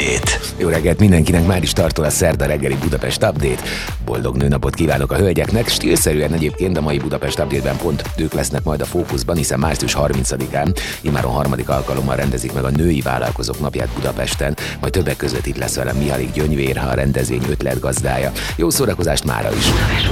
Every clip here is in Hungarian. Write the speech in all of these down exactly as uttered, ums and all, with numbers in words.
Update. Jó reggelt mindenkinek, már is tartol a szerda reggeli Budapest Update. Boldog nőnapot kívánok a hölgyeknek. Stílszerűen egyébként a mai Budapest Update-ben pont ők lesznek majd a fókuszban, hiszen március harmincadikán immáron harmadik alkalommal rendezik meg a női vállalkozók napját Budapesten, majd többek között itt lesz velem Mihály Gyöngyvér, a rendezvény ötletgazdája. Jó szórakozást mára is!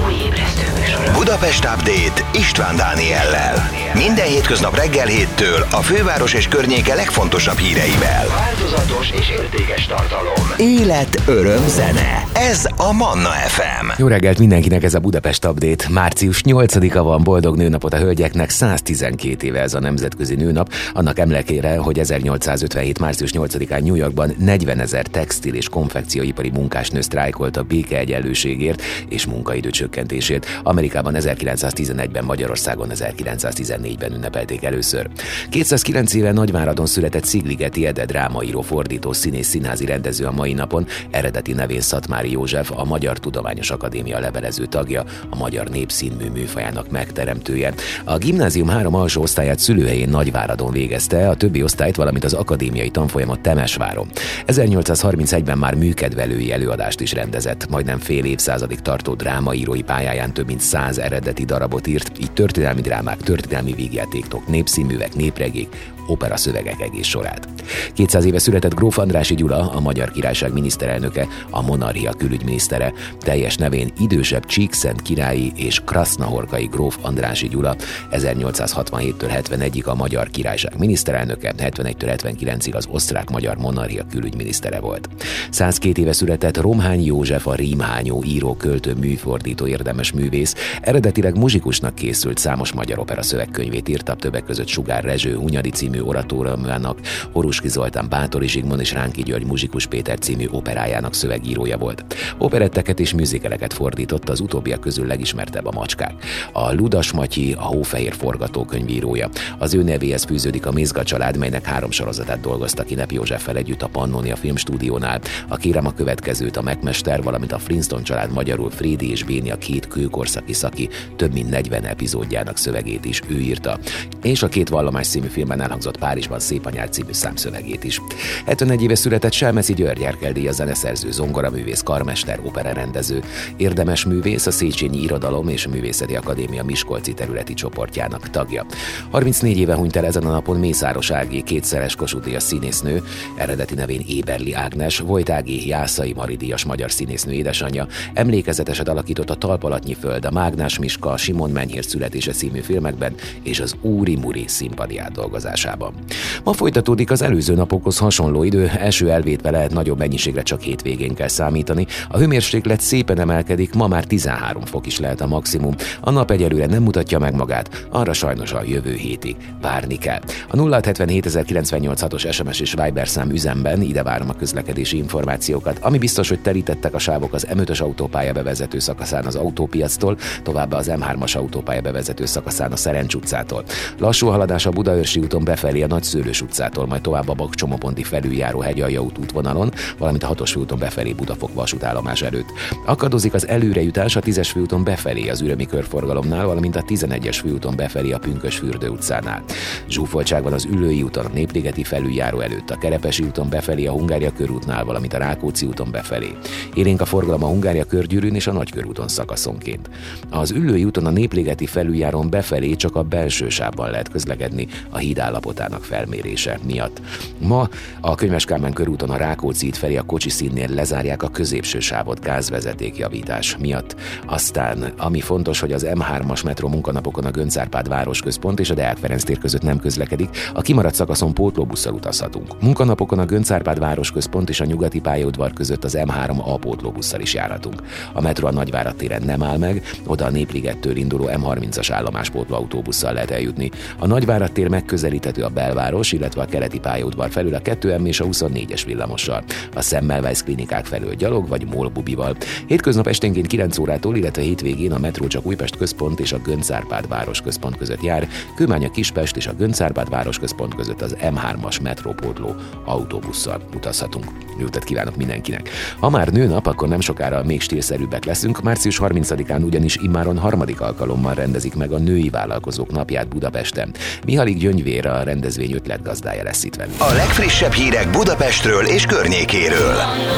Budapest Update István Dániellel. Minden hétköznap reggel héttől a főváros és környéke legfontosabb híreivel. Változatos és értékes tartalom. Élet, öröm, zene. Ez a Manna ef em. Jó reggelt mindenkinek, ez a Budapest Update. március nyolcadika van, boldog nőnapot a hölgyeknek, száztizenkét éve ez a nemzetközi nőnap. Annak emlékére, hogy ezernyolcszázötvenhét. március nyolcadikán New Yorkban negyvenezer textil és konfekcióipari munkásnő sztrájkolt a békeegyenlőségért és munkaidő csökkentésért. Amerikában ezerkilencszáztizenegyben, Magyarországon ezerkilencszáztizennégyben ünnepelték először. kétszázkilenc éve Nagyváradon született Szigligeti Ede drámaíró, fordító, színész, színházi rendező a mai napon, eredeti nevén Szatmári József, a Magyar Tudományos Akadémia levelező tagja, a magyar népszínmű műfajának megteremtője. A gimnázium három alsó osztályát szülőhelyén Nagyváradon végezte, a többi osztályt, valamint az akadémiai tanfolyamot Temesváron. ezernyolcszázharmincegyben már műkedvelői előadást is rendezett, majdnem fél évszázadig tartó drámaírói pályáján több mint száz eredeti darabot írt, így történelmi drámák, történelmi vígjátékok, népszínművek, népregék, opera szövegek egész sorát. kétszáz éve született Gróf Andrássy Gyula, a Magyar Királyság miniszterelnöke, a monarchia külügyminisztere, teljes nevén idősebb Csíkszent királyi és krasznahorkai Gróf Andrássy Gyula, ezernyolcszázhatvanhéttől hetvenegyig a Magyar Királyság miniszterelnöke, hetvenegytől hetvenkilencig az osztrák-magyar monarchia külügyminisztere volt. százkettő éve született Romhány József, a Rímhányó író, költő, műfordító, érdemes művész, eredetileg muzsikusnak készült, számos magyar opera szövegkönyvét írta, többek között Sugár Rezső Hunyadi című oratóriumának, Horuski Zoltán Báthori Zsigmond és Ránki György Muzsikus Péter című operájának szövegírója volt. Operetteket és műzikeleket fordított, az utóbbiak közül legismertebb a Macskák. A Ludas Matyi, a Hófehér forgatókönyvírója. Az ő nevéhez fűződik a Mézga család, melynek három sorozatát dolgozta ki Nepi Józseffel együtt a Pannonia Filmstúdiónál, a Kérem a következőt, a Megmester, valamint a Flintstone család, magyarul Frédi és Béni, a két kőkorszaki szaki több mint negyven epizódjának szövegét is ő írta, és a Két vallomás című filmben elhangzott Párizsban Szép a nyár című számszövegét is. hetvenegy éve született Selmeci György, Erkel-díjas zeneszerző, zongoraművész, karmester, operarendező, érdemes művész, a Széchenyi Irodalom és Művészeti Akadémia Miskolci területi csoportjának tagja. harmincnégy éve hunyt el ezen a napon Mészáros Ági, kétszeres Kossuth-díjas színésznő, eredeti nevén Éberli Ágnes, Vojt Ági, Jászai Mari díjas magyar színésznő édesanyja, emlékezeteset alakított a Talpalatnyi föld, a Mágnás Miska, a Simon Menyhért születése című filmekben és az Úri Muri színpadi átdolgozásában. Ma folytatódik az előző napokhoz hasonló idő, első elvétve lehet, nagyobb mennyiségre csak hétvégén kell számítani. A hőmérséklet szépen emelkedik, ma már tizenhárom fok is lehet a maximum. A nap egyelőre nem mutatja meg magát, arra sajnos a jövő hétig várni kell. A nulla hetvenhét ezerkilencvennyolc hatos es em es és Viber szám üzemben, ide várom a közlekedési információkat. Ami biztos, hogy telítettek a sávok az em ötös autópálya bevezető szakaszán az Autópiactól, továbbá az em hármas autópálya bevezető szakaszán a Szerencs utcától. Lassú haladás a Budaörsi úton befelé a Nagyszőlős utcától, majd tovább a Bakcsomoponti felüljáró Hegyalja út útvonalon, valamint a hatos főúton befelé Budafok vasútállomás előtt. Akadozik az előrejutás a tízes főúton befelé az Ürömi körforgalomnál, valamint a tizenegyes főúton befelé a Pünkösdfürdő utcánál. Zsúfoltság van az Üllői úton, a Népligeti felüljáró előtt, a Kerepesi úton befelé a Hungária körútnál, valamint a Rákóczi úton befelé. Élénk a forgalom a Hungária körgyűrűn és a Nagykörúton szakaszonként. Az Üllői úton a Népligeti felüljárón befelé csak a belső sávban lehet közlekedni a híd állapotának felmérése miatt. Ma a Könyves Kálmán körúton a Rákóczi út felé a kocsiszínnél lezárják a középső sávot gázvezetékjavítás miatt. Aztán, ami fontos, hogy az em hármas metró munkanapokon a Göncz Árpád városközpont és a Deák Ferenc tér között nem közlekedik, a kimaradt szakaszon pótlóbusszal utazhatunk. Munkanapokon a Göncz Árpád városközpont és a Nyugati pályaudvar között az em három A pótlóbusszal is járhatunk. A metró a Nagyvárad téren nem áll meg, oda a Népligettől induló em harmincas állomás pótlóautóbusszal lehet eljutni. A Nagyvárad tér megközelíthető a belváros, illetve a keleti pályaudvar felül a kettő M és a huszonnégyes villamossal, a Semmelweis klinikák felől gyalog vagy molbubival. Hétköznap esténként kilenc órától, illetve hétvégén a metró csak Újpest központ és a Göncz Árpád városközpont között jár, Kőmánya Kispest és a Göncz Árpád városközpont között az em hármas metrópótló autóbusszal utazhatunk. Jó utat kívánok mindenkinek! Ha már nőnap, akkor nem sokára még stílszerűbbek leszünk. március harmincadikán ugyanis immáron harmadik alkalommal rendezik meg a női vállalkozók napját Budapesten. Mihály Gyöngyvér, a rendezvény ötletgazdája lesz itt velünk. A legfrissebb hírek Budapestről és környékéről.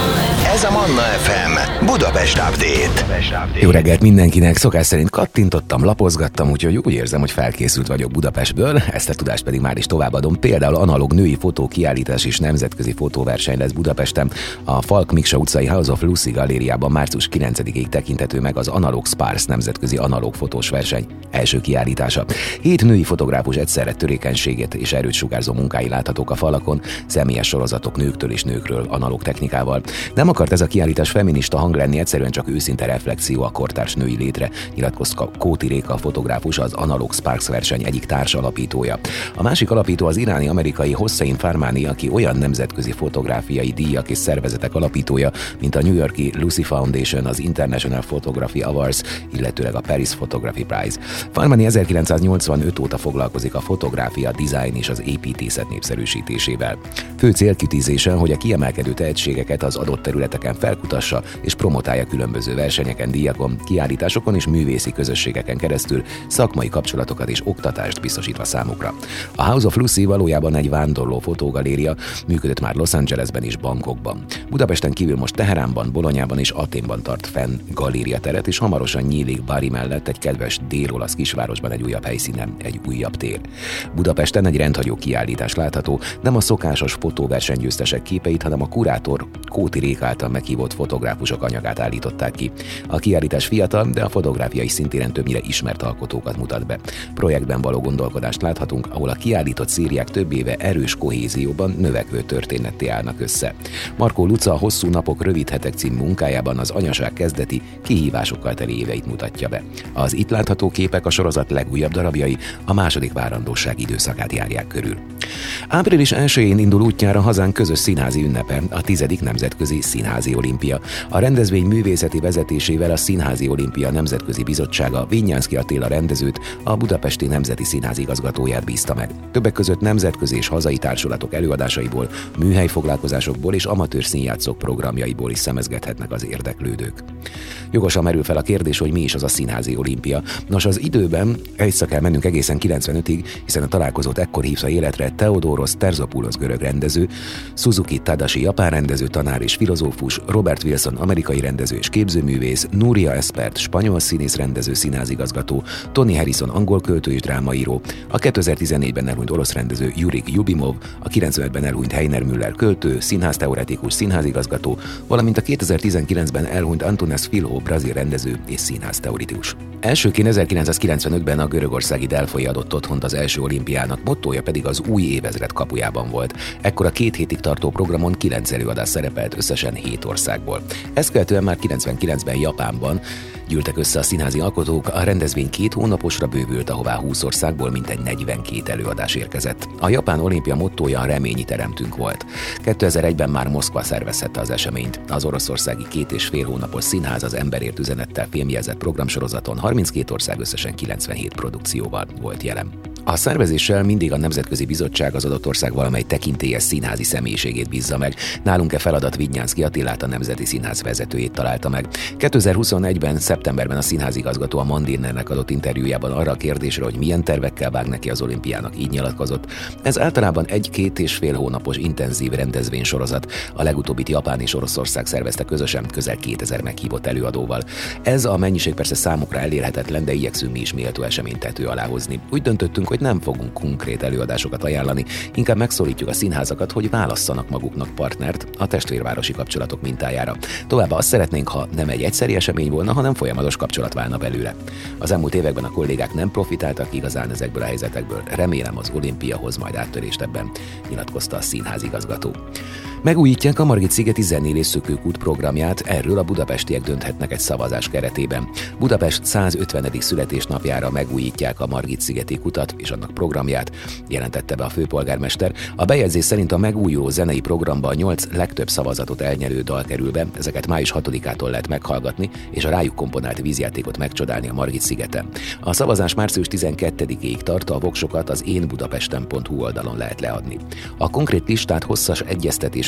Ez a Manna ef em Budapest Update. Jó reggelt mindenkinek, szokás szerint kattintottam, lapozgattam, úgyhogy úgy érzem, hogy felkészült vagyok Budapestből, ezt a tudást pedig már is továbbadom. Például analóg női fotókiállítás és nemzetközi fotóverseny lesz Budapesten. A Falk Miksa utcai House of Lucy galériában március kilencedikéig tekinthető meg az Analog Sparks nemzetközi analóg fotós verseny első kiállítása. Hét női fotográfus egyszerre törékenységét és erőt sugárzó munkái láthatók a falakon, személyes sorozatok nőktől és nőkről analóg technikával. Nem akart ez a kiállítás feminista hang lenni, egyszerűen csak őszinte reflexió a kortárs női létre, nyilatkozta Kóti Réka, a fotográfus, az Analog Sparks verseny egyik társ alapítója. A másik alapító az iráni-amerikai Hossein Farmani, aki olyan nemzetközi fotográfiai díjak és szervezetek alapítója, mint a New York-i Lucy Foundation, az International Photography Awards, illetőleg a Paris Photography Prize. Farmani ezerkilencszáznyolcvanöt óta foglalkozik a fotográfia, design és az építészet népszerűsítésével. Fő célkitűzése, hogy a kiemelkedő tehetségeket az adott területeken felkutassa és promotálja különböző versenyeken, díjakon, kiállításokon és művészi közösségeken keresztül szakmai kapcsolatokat és oktatást biztosítva számukra. A House of Lucy valójában egy vándorló fotógaléria, működött már Los Angelesben és Bangkokban. Budapesten kívül most Teheránban, Bolonyában és Athénban tart fenn galériateret, és hamarosan nyílik Bari mellett egy kedves dél-olasz kisvárosban egy újabb helyszínen, egy újabb tér. Budapesten egy rendhagyó kiállítás látható, nem a szokásos fotóversenygyőztesek képeit, hanem a kurátor Kóti Réka által meghívott fotográfusok anyagát állították ki. A kiállítás fiatal, de a fotográfiai szintéren többnyire ismert alkotókat mutat be. Projektben való gondolkodást láthatunk, ahol a kiállított szériák több éve erős kohézióban növekvő történetté állnak össze. Markó Luca a Hosszú napok, rövid hetek című munkájában az anyaság kezdeti, kihívásokkal teli éveit mutatja be. Az itt látható képek a sorozat legújabb darabjai, a második várandóság időszakát járják körül. április elsején indul útjára hazánk közös színházi ünnepe, a tizedik nemzetközi színházi olimpia. A rendezvény művészeti vezetésével a Színházi Olimpia Nemzetközi Bizottsága Vinyánszky Attila rendezőt, a Budapesti Nemzeti Színház igazgatóját bízta meg. Többek között nemzetközi és hazai társulatok előadásaiból, műhelyfoglalkozásokból és amatőr színjátszók programjaiból is szemezgethetnek az érdeklődők. Jogosan merül fel a kérdés, hogy mi is az a Színházi Olimpia. Nos, az időben vissza kell mennünk egészen kilencvenötig, hiszen a találkozót ekkor hívta életre Theodoros Terzopoulos görög rendező, Suzuki Tadashi japán rendező, tanár és filozófus, Robert Wilson amerikai rendező és képzőművész, Núria Espert spanyol színész, rendező, színházigazgató, Tony Harrison angol költő és drámaíró, a kétezer-tizennégyben elhunyt orosz rendező Yurik Lyubimov, a kilencvenötben elhunyt Heiner Müller költő, színházteoretikus, színházigazgató, valamint a kétezer-tizenkilencben elhunyt Antunes Filho brazil rendező és színházteoretikus. Elsőként ezerkilencszázkilencvenötben a görögországi Delfoi adott otthont az első olimpiának, mottója pedig az új évezred kapujában volt. Ekkor a két hétig tartó programon kilenc előadás szerepelt összesen hét országból. Ezt követően már kilencvenkilencben Japánban gyűltek össze a színházi alkotók, a rendezvény két hónaposra bővült, ahová húsz országból mintegy negyvenkét előadás érkezett. A japán olimpia mottója a reményi teremtünk volt. kétezer-egyben már Moszkva szervezhette az eseményt. Az oroszországi két és fél hónapos színház az Emberért üzenettel filmjelzett programsorozaton harminckét ország összesen kilencvenhét produkcióval volt jelen. A szervezéssel mindig a Nemzetközi Bizottság az adott ország valamely tekintélyes színházi személyiségét bízza meg. Nálunk e feladat Vinyánszky Attilát, a Nemzeti Színház vezetőjét találta meg. kétezer-huszonegyben szeptemberben a színházigazgató a Mandinnernek adott interjújában arra a kérdésre, hogy milyen tervekkel vág neki az olimpiának, így nyilatkozott. Ez általában egy-két és fél hónapos intenzív rendezvénysorozat. A legutóbbit Japán és Oroszország szervezte közösen, közel kétezer meghívott előadóval. Ez a mennyiség persze számukra elérhetetlen, de igyekszünk mi is méltó eseményt tető alá hozni. Úgy döntöttünk, hogy nem fogunk konkrét előadásokat ajánlani, inkább megszólítjuk a színházakat, hogy válasszanak maguknak partnert a testvérvárosi kapcsolatok mintájára. Továbbá azt szeretnénk, ha nem egy egyszeri esemény volna, hanem folyamatos kapcsolat válna belőle. Az elmúlt években a kollégák nem profitáltak igazán ezekből a helyzetekből. Remélem, az olimpia hoz majd áttörést ebben, nyilatkozta a színházigazgató. Megújítják a Margit-szigeti zenélés szökőkút programját, erről a budapestiek dönthetnek egy szavazás keretében. Budapest százötvenedik születésnapjára megújítják a Margit-szigeti kutat és annak programját, jelentette be a főpolgármester. A bejegyzés szerint a megújuló zenei programba a nyolc legtöbb szavazatot elnyerő dal kerül be, ezeket május hatodikától lehet meghallgatni, és a rájuk komponált vízjátékot megcsodálni a Margit-szigeten. A szavazás március tizenkettedikéig tart, a voksokat az én budapesten pont hu oldalon lehet leadni. A konkrét listát hosszas egyeztetések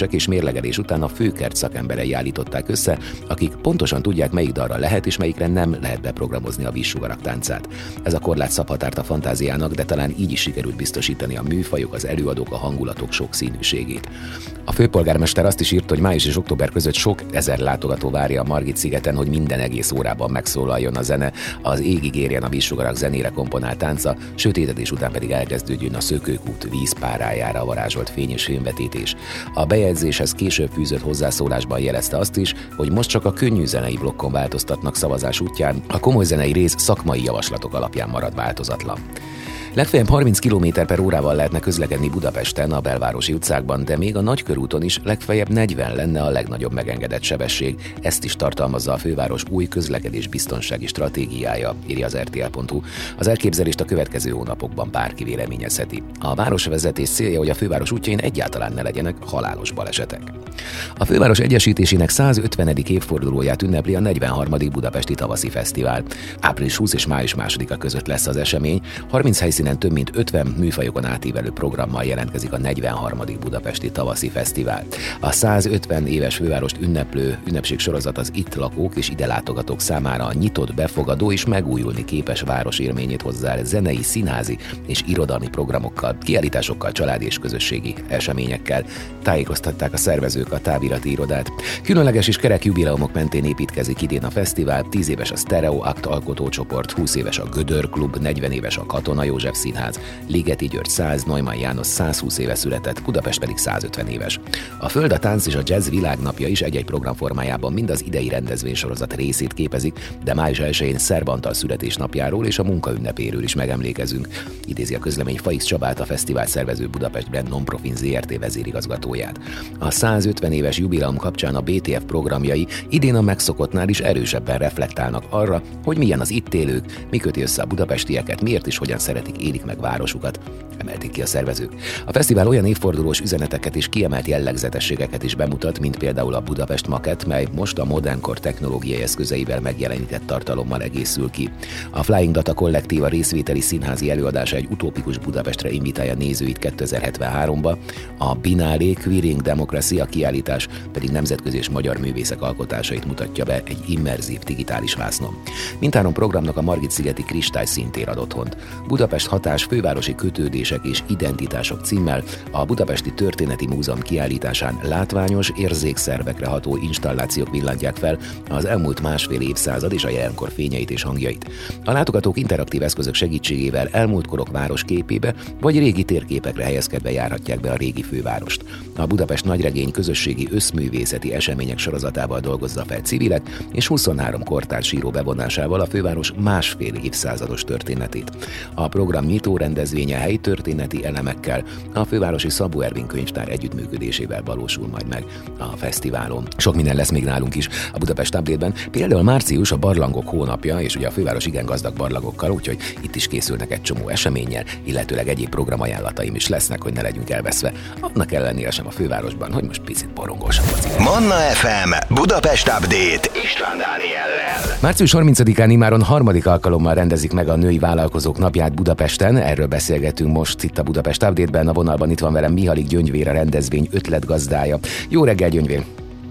elemzések és mérlegelés után a főkert szakemberei állították össze, akik pontosan tudják, melyik dalra lehet és melyikre nem lehet beprogramozni a vízsugarak táncát. Ez a korlát szab határt a fantáziának, de talán így is sikerült biztosítani a műfajok, az előadók, a hangulatok sokszínűségét. A főpolgármester azt is írt, hogy május és október között sok ezer látogató várja a Margit-szigeten, hogy minden egész órában megszólaljon a zene, az égig érjen a vízsugarak zenére komponált tánca, sötétedés után pedig elkezdődjön a Szökőkút vízpárájára varázsolt fény és filmvetítés. A bejegyzéshez később fűzött hozzászólásban jelezte azt is, hogy most csak a könnyű zenei blokkon változtatnak szavazás útján, a komoly zenei rész szakmai javaslatok alapján marad változatlan. Legfeljebb harminc kilométer per órával lehetne közlekedni Budapesten, a belvárosi utcákban, de még a Nagykörúton is legfeljebb negyven lenne a legnagyobb megengedett sebesség. Ezt is tartalmazza a főváros új közlekedés biztonsági stratégiája, írja az er té el pont hú. Az elképzelést a következő hónapokban bárki véleményezheti. A városvezetés célja, hogy a főváros útjain egyáltalán ne legyenek halálos balesetek. A főváros egyesítésének százötvenedik évfordulóját ünnepli a negyvenharmadik Budapesti Tavaszi Fesztivál. április huszadika és május másodika között lesz az esemény. harminc helyszínen több mint ötven műfajokon átívelő programmal jelentkezik a negyvenharmadik Budapesti Tavaszi Fesztivál. A százötven éves fővárost ünneplő ünnepségsorozat az itt lakók és ide látogatók számára a nyitott, befogadó és megújulni képes város élményét hozzá el zenei, színházi és irodalmi programokkal, kiállításokkal, családi és közösségi eseményekkel. Tájékoztatták a szervezők a távirati irodát. Különleges és kerek jubileumok mentén építkezik idén a fesztivál, tíz éves a Stereo Act alkotócsoport, húsz éves a Gödör Klub, negyven éves a Katona József Színház, Ligeti György száz, Neumann János százhúsz éve született, Budapest pedig százötven éves. A Föld, a tánc és a jazz világnapja is egy-egy program formájában mind az idei rendezvénysorozat részét képezik, de május elsején Szerb Antal születésnapjáról és a munkaünnepéről is megemlékezünk, idézi a közlemény Faix Csabát, a fesztivál szervező Budapest Brand Non-Profit zé er té vezérigazgatóját. A százötven éves jubileum kapcsán a bé té ef programjai idén a megszokottnál is erősebben reflektálnak arra, hogy milyen az itt élők, mi köti össze a budapestieket, miért és hogyan szeretik, élik meg városukat, emelték ki a szervezők. A fesztivál olyan évfordulós üzeneteket és kiemelt jellegzetességeket is bemutat, mint például a Budapest Makett, mely most a modernkor technológiai eszközeivel megjelenített tartalommal egészül ki. A Flying Data kollektíva részvételi színházi előadása egy utópikus Budapestre invitálja nézőit kétezer-hetvenháromba, a Binálé Queering Democracy, a kiállítás pedig nemzetközi és magyar művészek alkotásait mutatja be egy immerzív digitális vásznon. Mindhárom programnak a Margit-szigeti Kristály színtér ad otthont. Budapest hatás, fővárosi kötődések és identitások címmel a Budapesti Történeti Múzeum kiállításán látványos, érzékszervekre ható installációk villantják fel az elmúlt másfél évszázad és a jelenkor fényeit és hangjait. A látogatók interaktív eszközök segítségével elmúlt korok város képébe vagy régi térképekre helyezkedve járhatják be a régi fővárost. A Budapest Nagyregény közösségi összművészeti események sorozatával dolgozza fel civilek és huszonhárom kortárs író bevonásával a főváros másfél évszázados történetét. A program nyitó rendezvénye helyi történeti elemekkel, a fővárosi Szabó Ervin könyvtár együttműködésével valósul majd meg a fesztiválon. Sok minden lesz még nálunk is a Budapest Update-ben, például március a barlangok hónapja, és ugye a főváros igen gazdag barlangokkal, úgyhogy itt is készülnek egy csomó eseménnyel, illetőleg egyéb programajánlataim is lesznek, hogy ne legyünk elveszve. Annak ellenére sem a fővárosban, hogy most picit borongósabb az idő. Manna ef em Budapest Update István Dániellel. március harmincadikán imáron harmadik alkalommal rendezik meg a női vállalkozók napját Budapesten. Erről beszélgetünk most itt a Budapest Update-ben. A vonalban itt van velem Mihalik Gyöngyvér, a rendezvény ötletgazdája. Jó reggel, Gyöngyvér!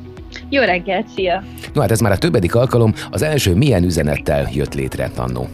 Jó reggelt, szia! No hát ez már a többedik alkalom. Az első milyen üzenettel jött létre annó?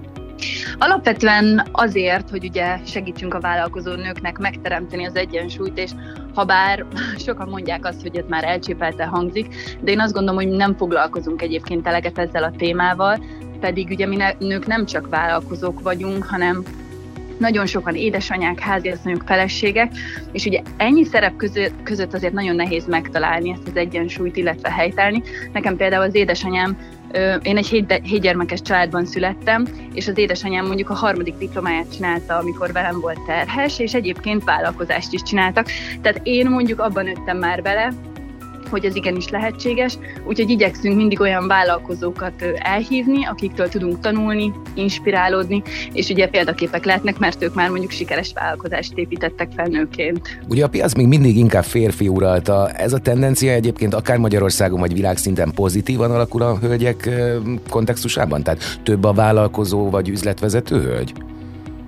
Alapvetően azért, hogy ugye segítsünk a vállalkozó nőknek megteremteni az egyensúlyt, és ha bár sokan mondják azt, hogy ez már elcsépelte hangzik, de én azt gondolom, hogy nem foglalkozunk egyébként eleget ezzel a témával, pedig ugye mi ne, nők nem csak vállalkozók vagyunk, hanem nagyon sokan édesanyák, háziasszonyok, feleségek, és ugye ennyi szerep között, között azért nagyon nehéz megtalálni ezt az egyensúlyt, illetve helytállni. Nekem például az édesanyám, én egy hét, hét gyermekes családban születtem, és az édesanyám mondjuk a harmadik diplomáját csinálta, amikor velem volt terhes, és egyébként vállalkozást is csináltak. Tehát én mondjuk abban nőttem már bele, hogy ez igenis lehetséges, úgyhogy igyekszünk mindig olyan vállalkozókat elhívni, akiktől tudunk tanulni, inspirálódni, és ugye példaképek lehetnek, mert ők már mondjuk sikeres vállalkozást építettek fel nőként. Ugye a piac még mindig inkább férfi uralta. Ez a tendencia egyébként akár Magyarországon vagy világszinten pozitívan alakul a hölgyek kontextusában? Tehát több a vállalkozó vagy üzletvezető hölgy?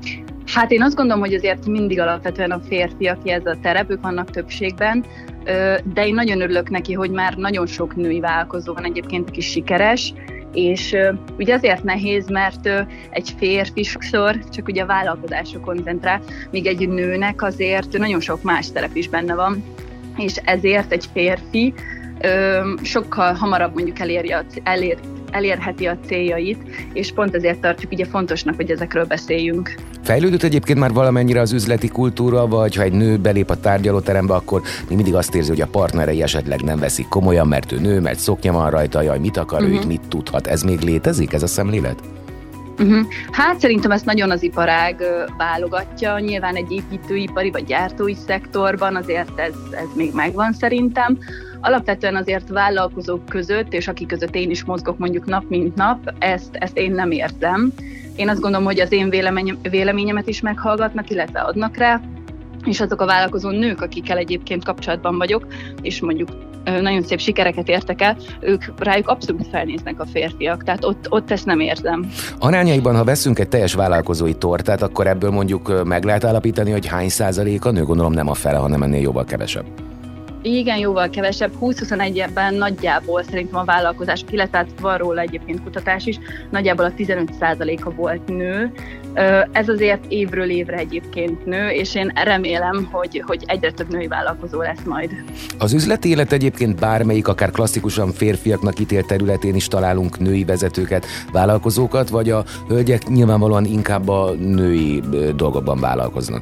Hát én azt gondolom, hogy azért mindig alapvetően a férfiaké ez a terep, ők vannak többségben, de én nagyon örülök neki, hogy már nagyon sok női vállalkozó van egyébként, aki sikeres, és ugye azért nehéz, mert egy férfi sokszor csak ugye a vállalkozásra koncentrál, míg egy nőnek azért nagyon sok más terep is benne van, és ezért egy férfi sokkal hamarabb mondjuk eléri a, elér, elérheti a céljait, és pont ezért tartjuk ugye fontosnak, hogy ezekről beszéljünk. Fejlődött egyébként már valamennyire az üzleti kultúra, vagy ha egy nő belép a tárgyalóterembe, akkor még mindig azt érzi, hogy a partnerei esetleg nem veszik komolyan, mert ő nő, mert szoknya van rajta, jaj, mit akar uh-huh. ő, mit tudhat. Ez még létezik, ez a szemlélet? Uh-huh. Hát szerintem ezt nagyon az iparág válogatja, nyilván egy építőipari vagy gyártói szektorban azért ez, ez még megvan szerintem. Alapvetően azért vállalkozók között, és akik között én is mozgok mondjuk nap mint nap, ezt, ezt én nem érzem. Én azt gondolom, hogy az én véleményem, véleményemet is meghallgatnak, illetve adnak rá, és azok a vállalkozó nők, akikkel egyébként kapcsolatban vagyok, és mondjuk nagyon szép sikereket értek el, ők rájuk abszolút felnéznek a férfiak, tehát ott, ott ezt nem érzem. Arányaiban, ha veszünk egy teljes vállalkozói tortát, akkor ebből mondjuk meg lehet állapítani, hogy hány százalék a nő, gondolom nem a fele, hanem ennél jóval kevesebb. Igen, jóval kevesebb, húsz-huszonegyben nagyjából szerintem a vállalkozások, illetve van róla egyébként kutatás is, nagyjából a tizenöt százaléka volt nő. Ez azért évről évre egyébként nő, és én remélem, hogy, hogy egyre több női vállalkozó lesz majd. Az üzleti élet egyébként bármelyik, akár klasszikusan férfiaknak ítélt területén is találunk női vezetőket, vállalkozókat, vagy a hölgyek nyilvánvalóan inkább a női dolgokban vállalkoznak?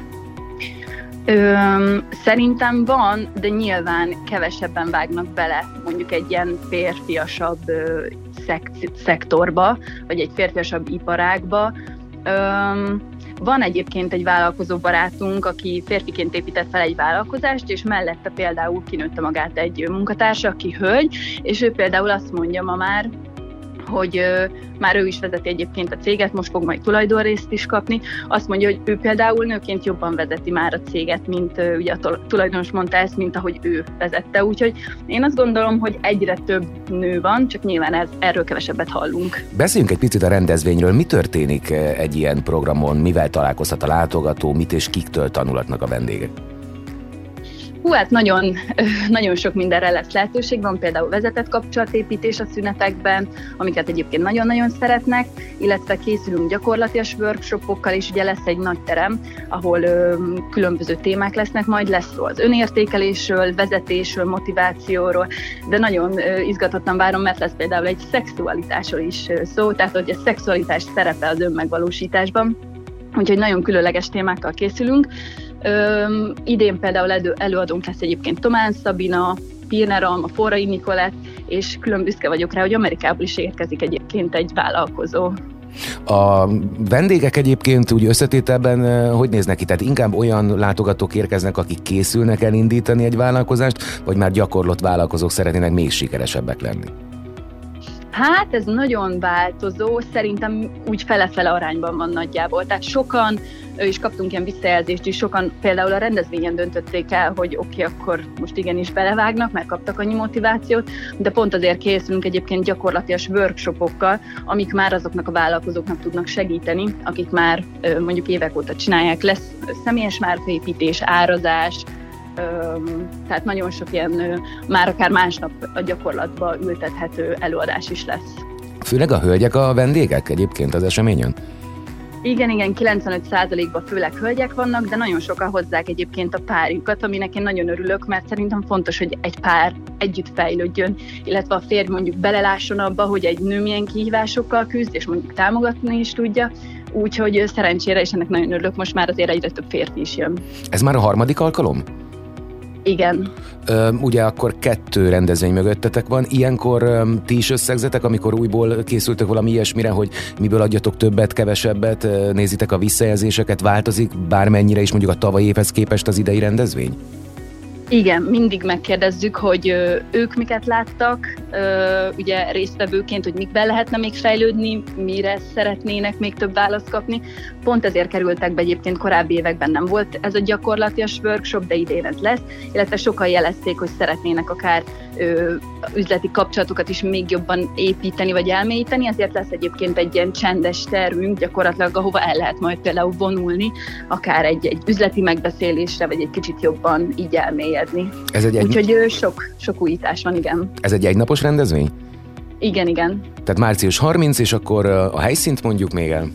Ö, szerintem van, de nyilván kevesebben vágnak bele mondjuk egy ilyen férfiasabb ö, szek- szektorba, vagy egy férfiasabb iparágba. Ö, van egyébként egy vállalkozó barátunk, aki férfiként épített fel egy vállalkozást, és mellette például kinőtte magát egy munkatársa, aki hölgy, és ő például azt mondja ma már, hogy ö, már ő is vezeti egyébként a céget, most fog majd tulajdonrészt is kapni. Azt mondja, hogy ő például nőként jobban vezeti már a céget, mint ö, ugye a tulajdonos mondta ezt, mint ahogy ő vezette. Úgyhogy én azt gondolom, hogy egyre több nő van, csak nyilván ez, erről kevesebbet hallunk. Beszéljünk egy picit a rendezvényről. Mi történik egy ilyen programon? Mivel találkozhat a látogató? Mit és kiktől tanulatnak a vendégek? Hú, hát nagyon, nagyon sok mindenre lesz lehetőség, van például vezetett kapcsolatépítés a szünetekben, amiket egyébként nagyon-nagyon szeretnek, illetve készülünk gyakorlatias workshopokkal, és ugye lesz egy nagy terem, ahol ö, különböző témák lesznek, majd lesz szó az önértékelésről, vezetésről, motivációról, de nagyon ö, izgatottan várom, mert lesz például egy szexualitásról is szó, tehát hogy a szexualitás szerepe az önmegvalósításban, úgyhogy nagyon különleges témákkal készülünk. Üm, idén például elő, előadónk lesz egyébként Tomán Szabina, Pirner Alma, Forrai Nikolett, és külön büszke vagyok rá, hogy Amerikából is érkezik egyébként egy vállalkozó. A vendégek egyébként úgy összetételben hogy néznek ki? Tehát inkább olyan látogatók érkeznek, akik készülnek elindítani egy vállalkozást, vagy már gyakorlott vállalkozók szeretnének még sikeresebbek lenni? Hát ez nagyon változó, szerintem úgy fele-fele arányban van nagyjából. Tehát sokan, és kaptunk ilyen visszajelzést is, sokan például a rendezvényen döntötték el, hogy oké, okay, akkor most igenis belevágnak, mert kaptak annyi motivációt, de pont azért készülünk egyébként gyakorlatias workshopokkal, amik már azoknak a vállalkozóknak tudnak segíteni, akik már mondjuk évek óta csinálják, lesz személyes márkaépítés, árazás, tehát nagyon sok ilyen már akár másnap a gyakorlatba ültethető előadás is lesz. Főleg a hölgyek a vendégek egyébként az eseményen? Igen, igen, kilencvenöt százalékban főleg hölgyek vannak, de nagyon sokan hozzák egyébként a párjukat, aminek én nagyon örülök, mert szerintem fontos, hogy egy pár együtt fejlődjön, illetve a férj mondjuk belelásson abba, hogy egy nő milyen kihívásokkal küzd, és mondjuk támogatni is tudja, úgyhogy szerencsére, és ennek nagyon örülök, most már azért egyre több férfi is jön. Ez már a harmadik alkalom? Igen. Ö, ugye akkor kettő rendezvény mögöttetek van. Ilyenkor ö, ti is összegzetek, amikor újból készültök valami ilyesmire, hogy miből adjatok többet, kevesebbet, ö, nézitek a visszajelzéseket, változik bármennyire is mondjuk a tavalyi évhez képest az idei rendezvény? Igen, mindig megkérdezzük, hogy ö, ők miket láttak, ugye résztvevőként, hogy mikben lehetne még fejlődni, mire szeretnének még több választ kapni. Pont ezért kerültek be, egyébként korábbi években nem volt ez a gyakorlatias workshop, de idén ez lesz, illetve sokan jelezték, hogy szeretnének akár ö, üzleti kapcsolatokat is még jobban építeni vagy elmélyíteni, ezért lesz egyébként egy ilyen csendes termünk gyakorlatilag, ahova el lehet majd például vonulni, akár egy, egy üzleti megbeszélésre, vagy egy kicsit jobban így elmélyedni. Ez egy Úgyhogy egy... sok, sok újítás van, igen. Ez egy egynapos rendezvény? Igen, igen. Tehát március harmincadika, és akkor a helyszínt mondjuk még el?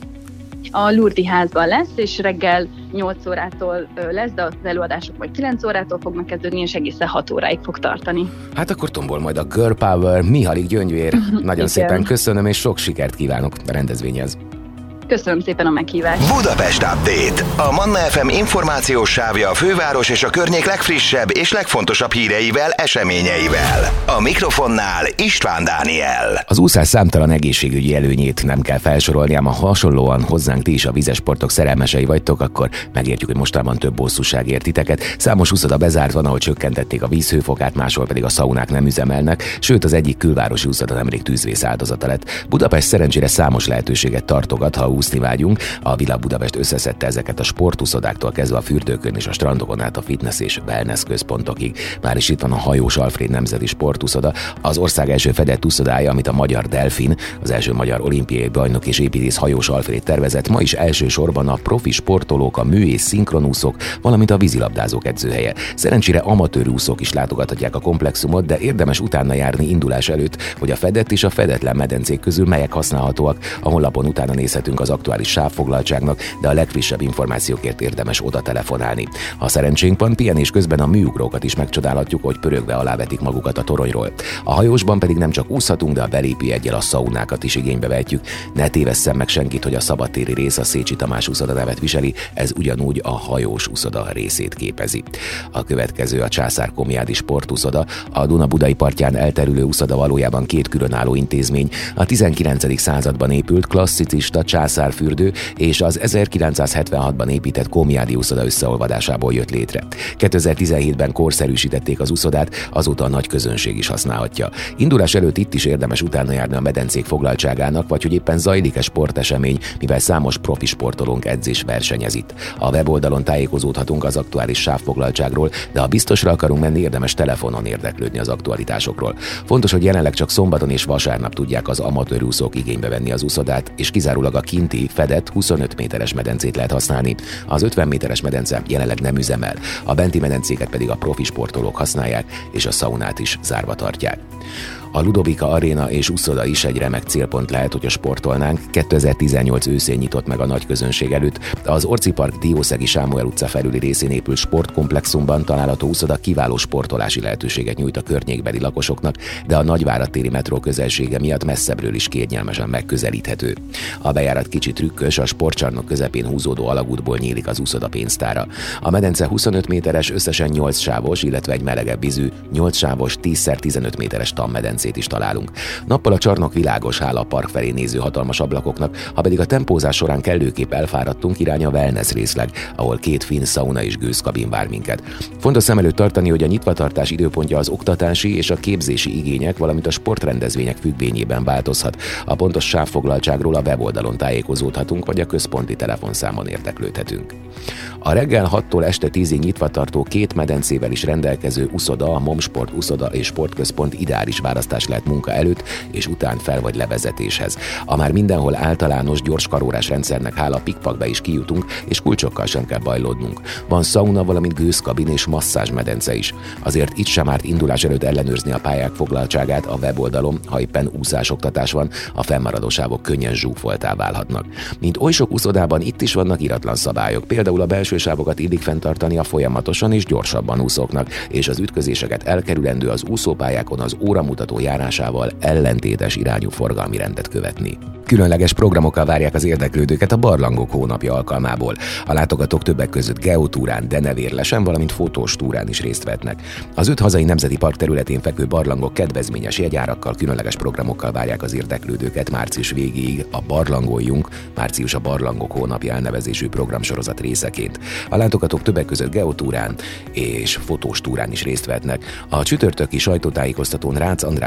A Lurdi házban lesz, és reggel nyolc órától lesz, de az előadások majd kilenc órától fognak kezdődni, és egészen hat óráig fog tartani. Hát akkor tombol majd a Girl Power, Mihalik Gyöngyvér. Nagyon szépen köszönöm, és sok sikert kívánok a rendezvényhez. Köszönöm szépen a meghívást. Budapest Update. A Manna ef em információs sávja a főváros és a környék legfrissebb és legfontosabb híreivel, eseményeivel. A mikrofonnál István Dániel. Az úszás számtalan egészségügyi előnyét nem kell felsorolni, ám ha hasonlóan hozzánk ti is a vízesportok szerelmesei vagytok, akkor megértjük, hogy mostában több bosszúság ért titeket. Számos úszoda bezárt van, ahol csökkentették a vízhőfokát, máshol pedig a szaunák nem üzemelnek, sőt az egyik külvárosi úszoda nemrég tűzvész áldozata lett. Budapest szerencsére számos lehetőséget tartogat, ha úszni vágyunk. A Villa Budapest összeszedte ezeket a sportuszodáktól kezdve a fürdőkön és a strandokon át a fitness és wellness központokig. Már is itt van a Hajós Alfréd Nemzeti Sportuszoda, az ország első fedett uszodája, amit a Magyar Delfin, az első magyar olimpiai bajnok és építész Hajós Alfréd tervezett. Ma is elsősorban a profi sportolók, a mű- és szinkronúszók, valamint a vízilabdázók edzőhelye. Szerencsére amatőr úszók is látogathatják a komplexumot, de érdemes utána járni indulás előtt, hogy a fedett és a fedetlen medencék közül melyek használhatóak. A honlapon utána nézhetünk az aktuális sávfoglaltságnak, de a legfrissebb információkért érdemes oda telefonálni. Ha szerencsénk van, pihenés közben a műugrókat is megcsodálhatjuk, hogy pörögve alávetik magukat a toronyról. A hajósban pedig nem csak úszhatunk, de a belépő eggyel a szaunákat is igénybe vehetjük. Ne tévesszem meg senkit, hogy a szabadtéri rész a Szécsi Tamás úszoda nevet viseli, ez ugyanúgy a hajós úszoda részét képezi. A következő a Császár Komjádi Sportuszoda, a Duna budai partján elterülő úszoda valójában két különálló intézmény. A tizenkilencedik században épült klasszicista császárfürdő és az ezerkilencszázhetvenhatban épített Komjádi úszoda összeolvadásából jött létre. kétezer-tizenhétben korszerűsítették az úszodát, azóta a nagy közönség is használhatja. Indulás előtt itt is érdemes utána járni a medencék foglaltságának, vagy hogy éppen zajlik-e sportesemény, mivel számos profi sportolónk edzés versenyez itt. A weboldalon tájékozódhatunk az aktuális sávfoglaltságról, de ha biztosra akarunk menni, érdemes telefonon érdeklődni az aktualitásokról. Fontos, hogy jelenleg csak szombaton és vasárnap tudják az amatőr úszók igénybe venni az úszodát, és kizárólag a kinti fedett huszonöt méteres medencét lehet használni. Az ötven méteres medence jelenleg nem üzemel, a benti medencéket pedig a profi sportolók használják, és a szaunát is zárva tartják. A Ludovika Aréna és úszoda is egy remek célpont lehet, hogyha sportolnánk. kétezer-tizennyolc őszén nyitott meg a nagy közönség előtt. Az Orci Park Diószegi Sámuel utca felüli részén épült sportkomplexumban található úszoda kiváló sportolási lehetőséget nyújt a környékbeli lakosoknak, de a Nagyvárad téri metró közelsége miatt messzebbről is kényelmesen megközelíthető. A bejárat kicsit trükkös, a sportcsarnok közepén húzódó alagútból nyílik az úszoda pénztára. A medence huszonöt méteres, összesen nyolc sávos, illetve egy melegebb vízű, nyolc sávos, tíz szer tizenöt méteres tanmedencét is találunk. Nappal a csarnok világos, hála a park felé néző hatalmas ablakoknak, ha pedig a tempózás során kellőképp elfáradtunk, irány a wellness részleg, ahol két finn szauna és gőzkabin vár minket. Fontos szem előtt tartani, hogy a nyitvatartás időpontja az oktatási és a képzési igények, valamint a sportrendezvények függvényében változhat. A pontos sávfoglaltságról a weboldalon tájékozódhatunk, vagy a központi telefonszámon érdeklődhetünk. A reggel hattól este tízig nyitva tartó két medencével is rendelkező uszoda, a Momsport uszoda és sportközpont ideális választás lehet munka előtt és után fel vagy levezetéshez. A már mindenhol általános gyors karórás rendszernek hála pikpakbe is kijutunk, és kulcsokkal sem kell bajlódnunk. Van szauna, valamint gőzkabin és masszázsmedence is. Azért itt sem árt indulás előtt ellenőrizni a pályák foglaltságát a weboldalon, ha éppen úszásoktatás van, a fennmaradó sávok könnyen zsúfoltá válhatnak. Mint oly sok úszodában itt is vannak iratlan szabályok, például a belső sávokat illik fenntartani a folyamatosan és gyorsabban úszóknak, és az ütközéseket elkerülendő az úszópályákon az óramutató járásával ellentétes irányú forgalmi rendet követni. Különleges programokkal várják az érdeklődőket a Barlangok hónapja alkalmából. A látogatók többek között geotúrán, denevérlesen, valamint fotós túrán is részt vehetnek. Az öt hazai nemzeti park területén fekvő barlangok kedvezményes jegyárakkal, különleges programokkal várják az érdeklődőket március végéig a Barlangoljunk, március a Barlangok hónapja elnevezésű programsorozat részeként. A látogatók többek között geotúrán és fotós túrán is részt vehetnek. A csütörtöki sajtótájékoztatón Rácz András,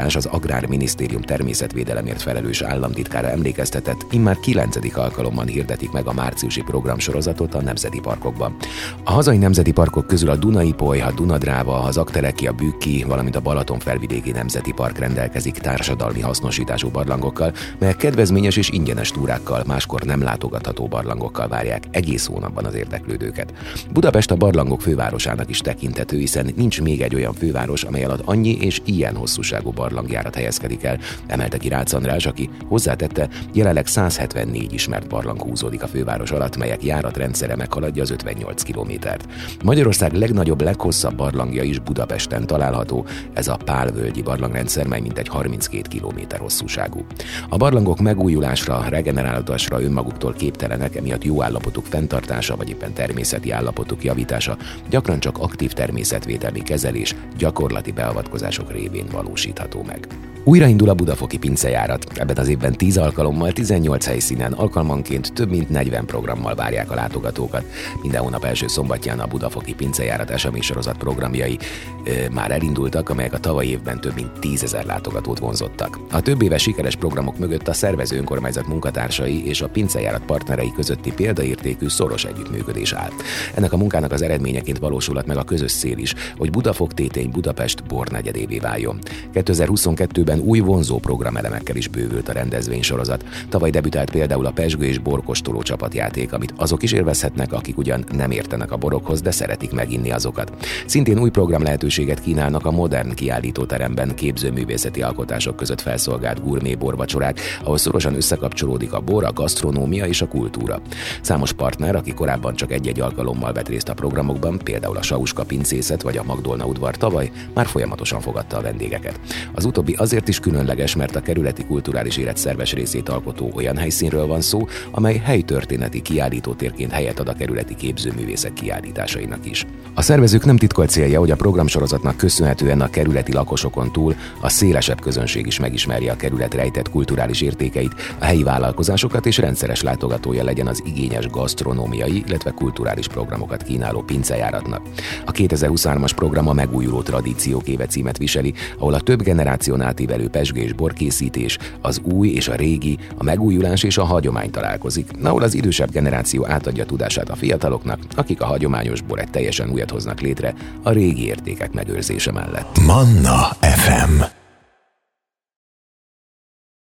András, az Agrárminisztérium természetvédelemért felelős államtitkára emlékeztetett, immár kilencedik alkalommal hirdetik meg a márciusi programsorozatot a nemzeti parkokban. A hazai nemzeti parkok közül a Dunai-Poly, a Dunadráva, az Aktereki, a Bükki, valamint a Balaton felvidéki nemzeti park rendelkezik társadalmi hasznosítású barlangokkal, melyek kedvezményes és ingyenes túrákkal, máskor nem látogatható barlangokkal várják egész hónapban az érdeklődőket. Budapest a barlangok fővárosának is tekintető, hiszen nincs még egy olyan főváros, amely alatt annyi és ilyen hosszúságú barlangjárat helyezkedik el, emelte ki Rácz András, aki hozzátette, jelenleg száz hetvennégy ismert barlang húzódik a főváros alatt, melyek járatrendszere meghaladja az ötvennyolc kilométert. Magyarország legnagyobb, leghosszabb barlangja is Budapesten található, ez a Pál-völgyi barlangrendszer, mely mintegy harminckét kilométer hosszúságú. A barlangok megújulásra, regenerálódásra önmaguktól képtelenek, emiatt jó állapotuk fenntartása vagy éppen természeti állapotuk javítása gyakran csak aktív természetvédelmi kezelés, gyakorlati beavatkozások révén valósítható meg. Újraindul a budafoki pincejárat. Ebben az évben tíz alkalommal, tizennyolc helyszínen, alkalmanként több mint negyven programmal várják a látogatókat. Minden hónap első szombatján a budafoki pincejárat eseménysorozat programjai e, már elindultak, amelyek a tavalyi évben több mint tízezer látogatót vonzottak. A több éves sikeres programok mögött a szervező önkormányzat munkatársai és a pincejárat partnerei közötti példaértékű szoros együttműködés áll. Ennek a munkának az eredményeként valósulhat meg a közös cél is, hogy Budafok tétény Budapest bornegyedévé váljon. kétezer-huszonkettőben új vonzó programelemekkel is bővült a rendezvénysorozat. Tavaly debütált például a pezsgő és borkóstoló csapatjáték, amit azok is élvezhetnek, akik ugyan nem értenek a borokhoz, de szeretik meginni azokat. Szintén új program lehetőséget kínálnak a modern kiállítóteremben képzőművészeti alkotások között felszolgált gurmé borvacsorák, ahol szorosan összekapcsolódik a bor, a gasztronómia és a kultúra. Számos partner, aki korábban csak egy-egy alkalommal vett részt a programokban, például a Sauska pincészet vagy a Magdolna udvar tavaly már folyamatosan fogadta a vendégeket. Az utóbbi azért is különleges, mert a kerületi kulturális élet szerves részét alkotó olyan helyszínről van szó, amely helytörténeti kiállítótérként helyet ad a kerületi képzőművészek kiállításainak is. A szervezők nem titkolt célja, hogy a programsorozatnak köszönhetően a kerületi lakosokon túl a szélesebb közönség is megismerje a kerület rejtett kulturális értékeit, a helyi vállalkozásokat és rendszeres látogatója legyen az igényes gasztronómiai, illetve kulturális programokat kínáló pincejáratnak. A kétezer-huszonhármas program a megújuló tradíciók éve címet viseli, ahol a több generáción átívelő pezsgő és borkészítés, az új és a régi, a megújulás és a hagyomány találkozik, ahol az idősebb generáció átadja tudását a fiataloknak, akik a hagyományos bor egy teljesen újat hoznak létre a régi értékek megőrzése mellett. Manna ef em